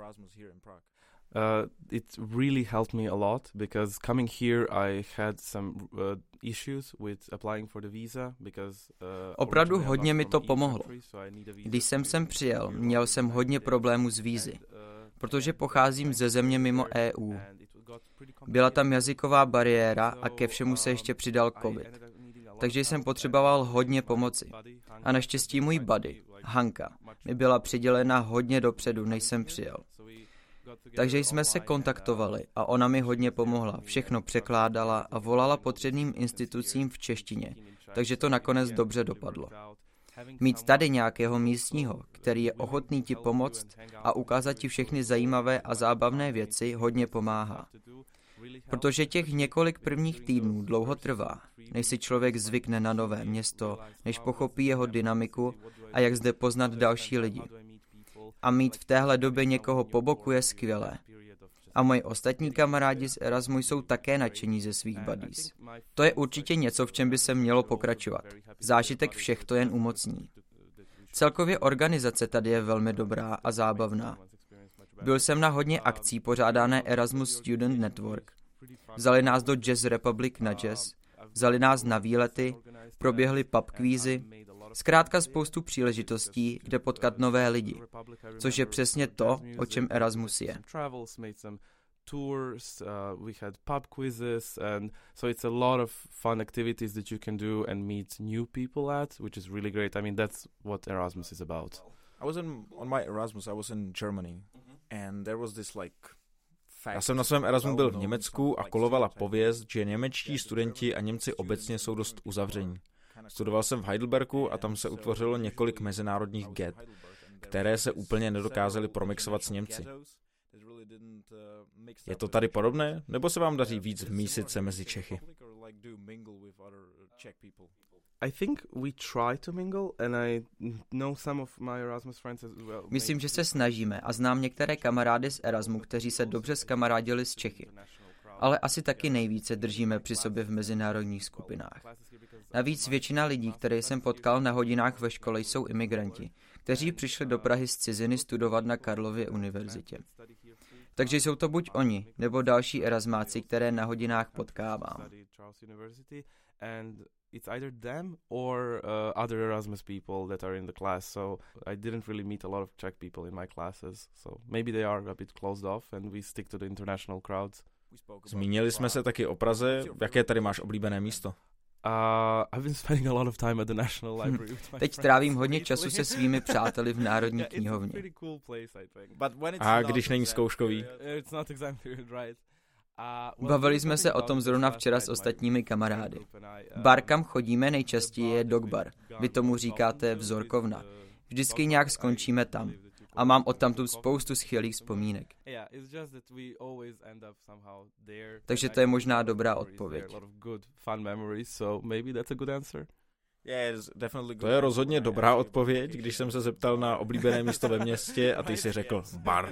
It really helped me a lot because coming here I had some issues with applying for the visa because opravdu hodně mi to pomohlo. Když jsem sem přijel, měl jsem hodně problémů s vízy, protože pocházím ze země mimo EU. Byla tam jazyková bariéra a ke všemu se ještě přidal covid. Takže jsem potřeboval hodně pomoci. A naštěstí můj buddy, Hanka, mi byla přidělena hodně dopředu, než jsem přijel. Takže jsme se kontaktovali a ona mi hodně pomohla, všechno překládala a volala potřebným institucím v češtině, takže to nakonec dobře dopadlo. Mít tady nějakého místního, který je ochotný ti pomoct a ukázat ti všechny zajímavé a zábavné věci, hodně pomáhá. Protože těch několik prvních týdnů dlouho trvá, než si člověk zvykne na nové město, než pochopí jeho dynamiku a jak zde poznat další lidi. A mít v téhle době někoho po boku je skvělé. A moji ostatní kamarádi z Erasmu jsou také nadšení ze svých buddies. To je určitě něco, v čem by se mělo pokračovat. Zážitek všech to jen umocní. Celkově organizace tady je velmi dobrá a zábavná. Byl jsem na hodně akcí pořádané Erasmus Student Network. Vzali nás do Jazz Republic na jazz, vzali nás na výlety, proběhly pub kvízy, zkrátka spoustu příležitostí, kde potkat nové lidi, což je přesně to, o čem Erasmus je. Tours, we had pub quizzes, and so it's a lot of fun activities that you can do and meet new people at, which is really great. I mean, that's what Erasmus is about. On my Erasmus, I was in Germany, and there was this Já jsem na svém Erasmu byl v Německu a kolovala pověst, že němečtí studenti a Němci obecně jsou dost uzavření. Studoval jsem v Heidelbergu a tam se utvořilo několik mezinárodních get, které se úplně nedokázaly promixovat s Němci. Je to tady podobné, nebo se vám daří víc vmísit se mezi Čechy? Myslím, že se snažíme a znám některé kamarády z Erasmu, kteří se dobře zkamarádili s Čechy. Ale asi taky nejvíce držíme při sobě v mezinárodních skupinách. Navíc většina lidí, které jsem potkal na hodinách ve škole, jsou imigranti, kteří přišli do Prahy z ciziny studovat na Karlově univerzitě. Takže jsou to buď oni, nebo další erasmáci, které na hodinách potkávám. It's either them or other Erasmus people that are in the class. So I didn't really meet a lot of Czech people in my classes. So maybe they are a bit closed off and we stick to the international crowds. Zmínili jsme se taky o Praze. Jaké tady máš oblíbené místo? I've been spending a lot of time at the National Library. Teď trávím hodně času se svými přáteli v Národní knihovně. A když není zkouškový? Bavili jsme se o tom zrovna včera s ostatními kamarády. Bar, kam chodíme nejčastěji, je Dog Bar. Vy tomu říkáte vzorkovna. Vždycky nějak skončíme tam. A mám odtamtud spoustu skvělých vzpomínek. Takže to je možná dobrá odpověď. To je rozhodně dobrá odpověď, když jsem se zeptal na oblíbené místo ve městě a ty jsi řekl bar.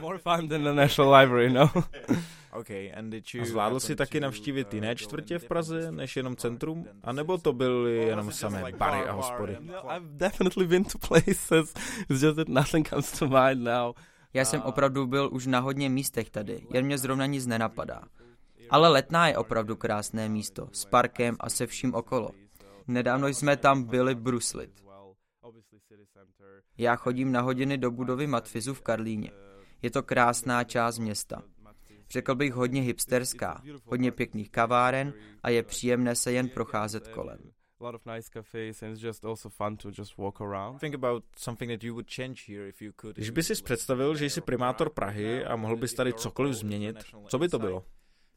A zvládl jsi taky navštívit jiné čtvrtě v Praze, než jenom centrum? A nebo to byly jenom samé bary a hospody? Já jsem opravdu byl už na hodně místech tady, jen mě zrovna nic nenapadá. Ale Letná je opravdu krásné místo, s parkem a se vším okolo. Nedávno jsme tam byli bruslit. Já chodím na hodiny do budovy Matfizu v Karlíně. Je to krásná část města. Řekl bych hodně hipsterská, hodně pěkných kaváren a je příjemné se jen procházet kolem. Když bys si představil, že jsi primátor Prahy a mohl bys tady cokoliv změnit, co by to bylo?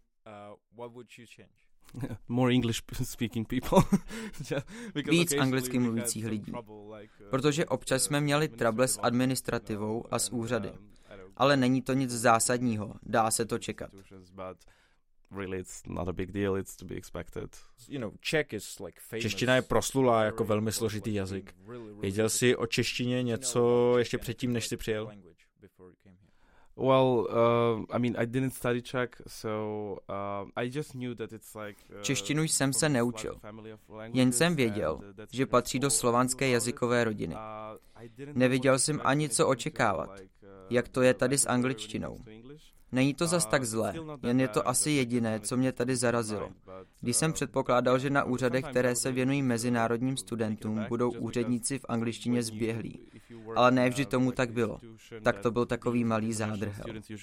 More English speaking people. Víc anglicky mluvících lidí. Protože občas jsme měli trouble s administrativou a s úřady. Ale není to nic zásadního, dá se to čekat. Čeština je proslulá jako velmi složitý jazyk. Věděl jsi o češtině něco ještě předtím, než jsi přijel? Well, I mean, I didn't study Czech, so I just knew that it's like češtinu jsem se neučil. Jen jsem věděl, že patří do slovanské jazykové rodiny. Nevěděl jsem ani, co očekávat. Jak to je tady s angličtinou. Není to zas tak zlé, jen je to asi jediné, co mě tady zarazilo. Když jsem předpokládal, že na úřadech, které se věnují mezinárodním studentům, budou úředníci v angličtině zběhlí. Ale ne vždy tomu tak bylo. Tak to byl takový malý zádrhel.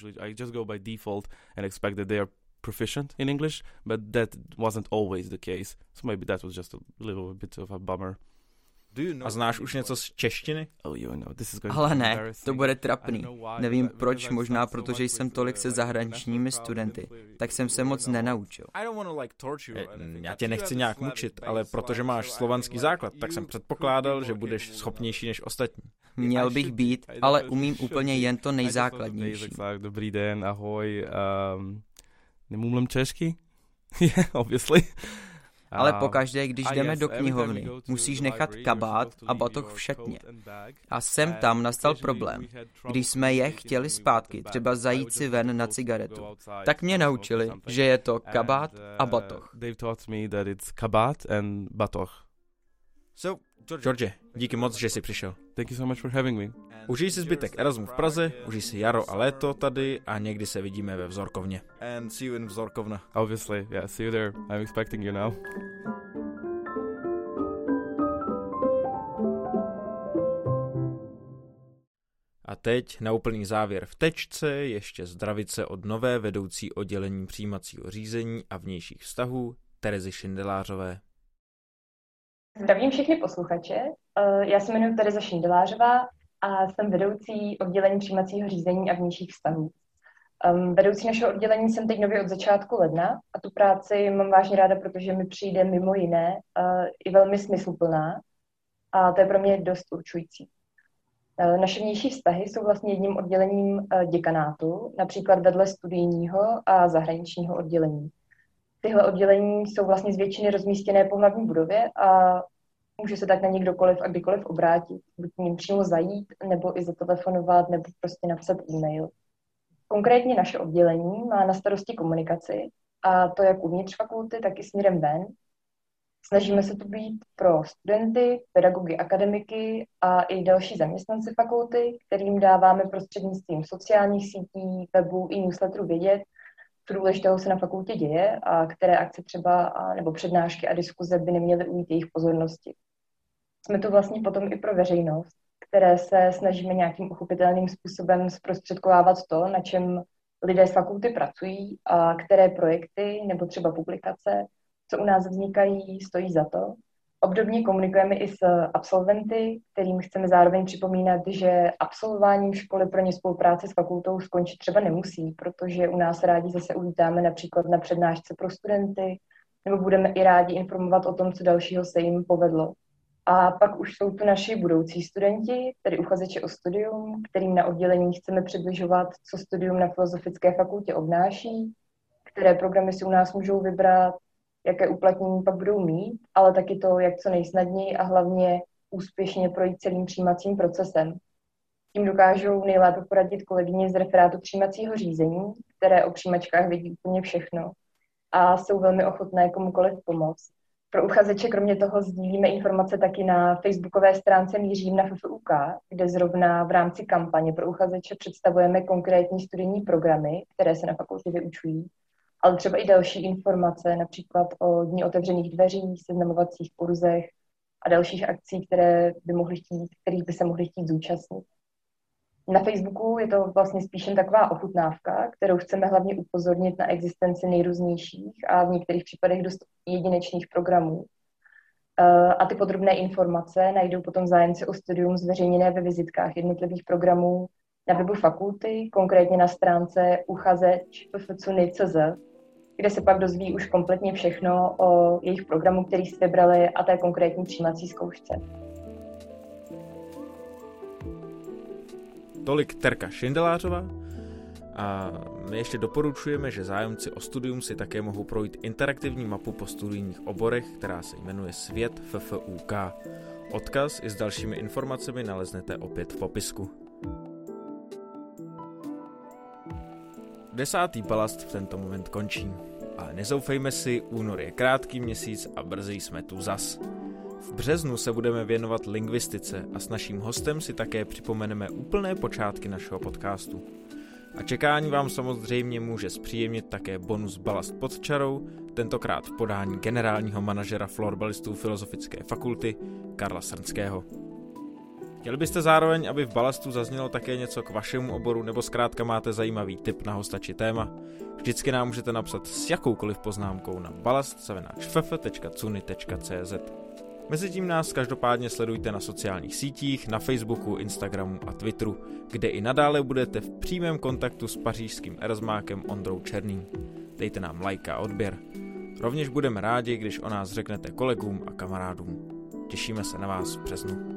Proficient in English, but that wasn't always the case. So maybe that was just a little bit of a bummer. A znáš už něco z češtiny? Ale ne, to bude trapný. Nevím proč, možná protože jsem tolik se zahraničními studenty, tak jsem se moc nenaučil. Já tě nechci nějak mučit, ale protože máš slovanský základ, tak jsem předpokládal, že budeš schopnější než ostatní. Měl bych být, ale umím úplně jen to nejzákladnější. Dobrý den, ahoj. Nemůžem česky? Yeah, obviously. Ale pokaždé, když jdeme do knihovny, musíš nechat kabát a batoh v šatně. A sem tam nastal problém. Když jsme je chtěli zpátky, třeba zajít si ven na cigaretu, tak mě naučili, že je to kabát a batoh. George, díky moc, že jsi přišel. Thank you so much for having me. Užij si zbytek Erasmu v Praze, užij si jaro a léto tady a někdy se vidíme ve Vzorkovně. And see you in Vzorkovna. Obviously, yeah, see you there. I'm expecting you now. A teď na úplný závěr v tečce ještě zdravice od nové vedoucí oddělení přijímacího řízení a vnějších vztahů Terezy Šindelářové. Zdravím všechny posluchače, já se jmenuji Tereza Šindelářová a jsem vedoucí oddělení přijímacího řízení a vnějších vztahů. Vedoucí našeho oddělení jsem teď nově od začátku ledna a tu práci mám vážně ráda, protože mi přijde mimo jiné i velmi smysluplná a to je pro mě dost určující. Naše vnější vztahy jsou vlastně jedním oddělením děkanátu, například vedle studijního a zahraničního oddělení. Tyhle oddělení jsou vlastně z většiny rozmístěné po hlavní budově a může se tak na ně kdokoliv a kdykoliv obrátit, buď k ním přímo zajít, nebo i zatelefonovat, nebo prostě napsat e-mail. Konkrétně naše oddělení má na starosti komunikaci, a to jak uvnitř fakulty, tak i směrem ven. Snažíme se tu být pro studenty, pedagogy, akademiky a i další zaměstnance fakulty, kterým dáváme prostřednictvím sociálních sítí, webu i newsletteru vědět, co důležitého se na fakultě děje a které akce třeba nebo přednášky a diskuze by neměly ujít jejich pozornosti. Jsme tu vlastně potom i pro veřejnost, které se snažíme nějakým uchopitelným způsobem zprostředkovávat to, na čem lidé z fakulty pracují a které projekty nebo třeba publikace, co u nás vznikají, stojí za to. Obdobně komunikujeme i s absolventy, kterým chceme zároveň připomínat, že absolvováním školy pro ně spolupráce s fakultou skončit třeba nemusí, protože u nás rádi zase uvítáme například na přednášce pro studenty, nebo budeme i rádi informovat o tom, co dalšího se jim povedlo. A pak už jsou tu naši budoucí studenti, tedy uchazeči o studium, kterým na oddělení chceme přibližovat, co studium na Filozofické fakultě obnáší, které programy si u nás můžou vybrat, jaké uplatnění pak budou mít, ale taky to, jak co nejsnadněji a hlavně úspěšně projít celým přijímacím procesem. Tím dokážou nejlépe poradit kolegyně z referátu přijímacího řízení, které o přijímačkách vědí úplně všechno a jsou velmi ochotné komukoliv pomoct. Pro uchazeče kromě toho sdílíme informace taky na facebookové stránce Mířím na FFUK, kde zrovna v rámci kampaně pro uchazeče představujeme konkrétní studijní programy, které se na fakultě vyučují, ale třeba i další informace, například o Dní otevřených dveří, seznamovacích kurzech a dalších akcí, kterých by se mohli chtít zúčastnit. Na Facebooku je to vlastně spíš jen taková ochutnávka, kterou chceme hlavně upozornit na existenci nejrůznějších a v některých případech dost jedinečných programů. A ty podrobné informace najdou potom zájemci o studium zveřejněné ve vizitkách jednotlivých programů na webu fakulty, konkrétně na stránce uchazeč.ffcuni.cz, kde se pak dozví už kompletně všechno o jejich programu, který si vybrali a té konkrétní přijímací zkoušce. Tolik Terka Šindelářová a my ještě doporučujeme, že zájemci o studium si také mohou projít interaktivní mapu po studijních oborech, která se jmenuje Svět FFUK. Odkaz i s dalšími informacemi naleznete opět v popisku. 10. balast v tento moment končí, ale nezoufejme si, únor je krátký měsíc a brzy jsme tu zas. V březnu se budeme věnovat lingvistice a s naším hostem si také připomeneme úplné počátky našeho podcastu. A čekání vám samozřejmě může zpříjemnit také bonus Balast pod čarou, tentokrát v podání generálního manažera florbalistů Filozofické fakulty Karla Srnského. Chtěli byste zároveň, aby v Balastu zaznělo také něco k vašemu oboru, nebo zkrátka máte zajímavý tip na hosta či téma? Vždycky nám můžete napsat s jakoukoliv poznámkou na balast@ff.cuni.cz. Mezitím nás každopádně sledujte na sociálních sítích, na Facebooku, Instagramu a Twitteru, kde i nadále budete v přímém kontaktu s pařížským erasmákem Ondrou Černým. Dejte nám like a odběr. Rovněž budeme rádi, když o nás řeknete kolegům a kamarádům. Těšíme se na vás v březnu.